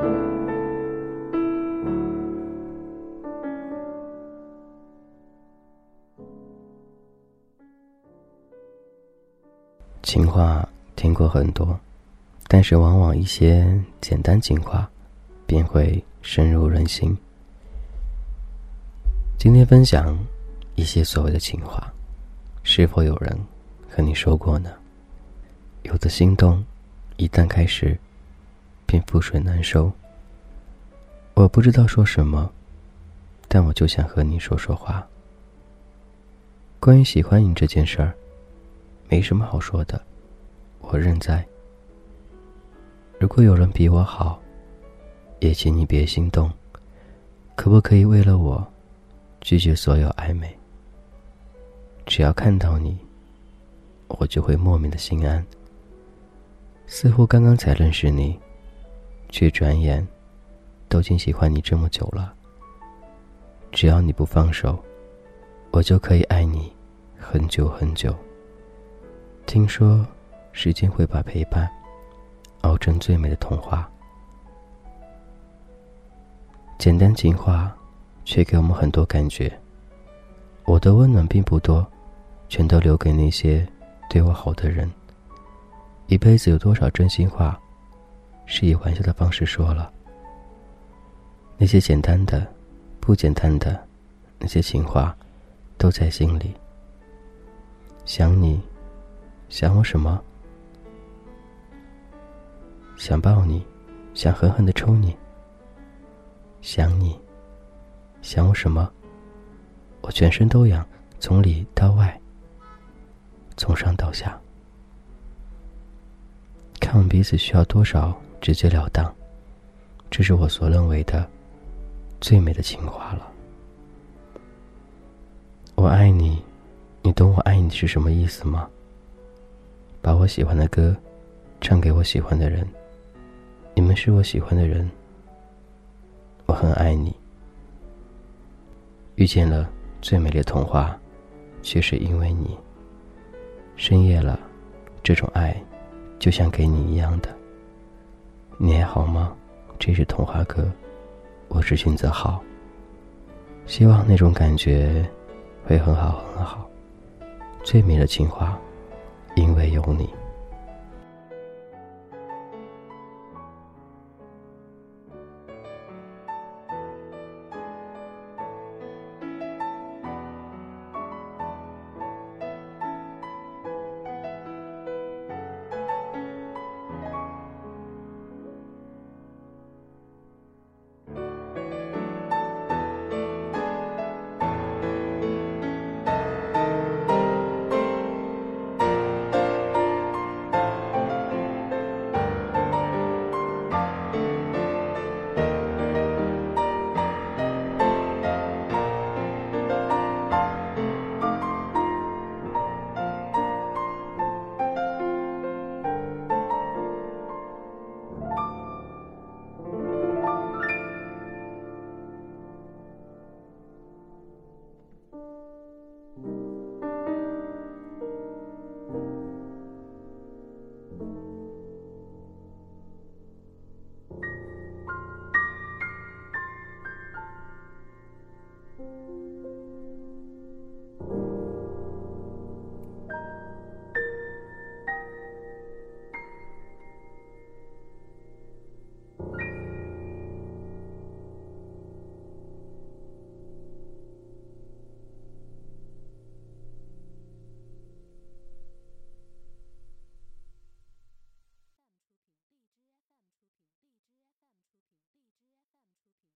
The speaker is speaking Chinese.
情话听过很多，但是往往一些简单情话便会深入人心。今天分享一些所谓的情话，是否有人和你说过呢？有的心动一旦开始便覆水难收。我不知道说什么，但我就想和你说说话。关于喜欢你这件事儿，没什么好说的，我认栽。如果有人比我好，也请你别心动，可不可以为了我拒绝所有暧昧？只要看到你，我就会莫名的心安，似乎刚刚才认识你，却转眼都已经喜欢你这么久了。只要你不放手，我就可以爱你很久很久。听说时间会把陪伴熬成最美的童话。简单情话却给我们很多感觉。我的温暖并不多，全都留给那些对我好的人。一辈子有多少真心话是以玩笑的方式说了？那些简单的不简单的那些情话都在心里。想你，想我什么？想抱你，想狠狠地抽你。想你，想我什么？我全身都痒，从里到外，从上到下。看我们彼此需要多少直截了当，这是我所认为的最美的情话了。我爱你，你懂我爱你是什么意思吗？把我喜欢的歌唱给我喜欢的人，你们是我喜欢的人，我很爱你。遇见了最美丽的童话，却是因为你。深夜了，这种爱就像给你一样的。你还好吗？这是童话歌，我只选择好。希望那种感觉会很好很好。最美的情话，因为有你。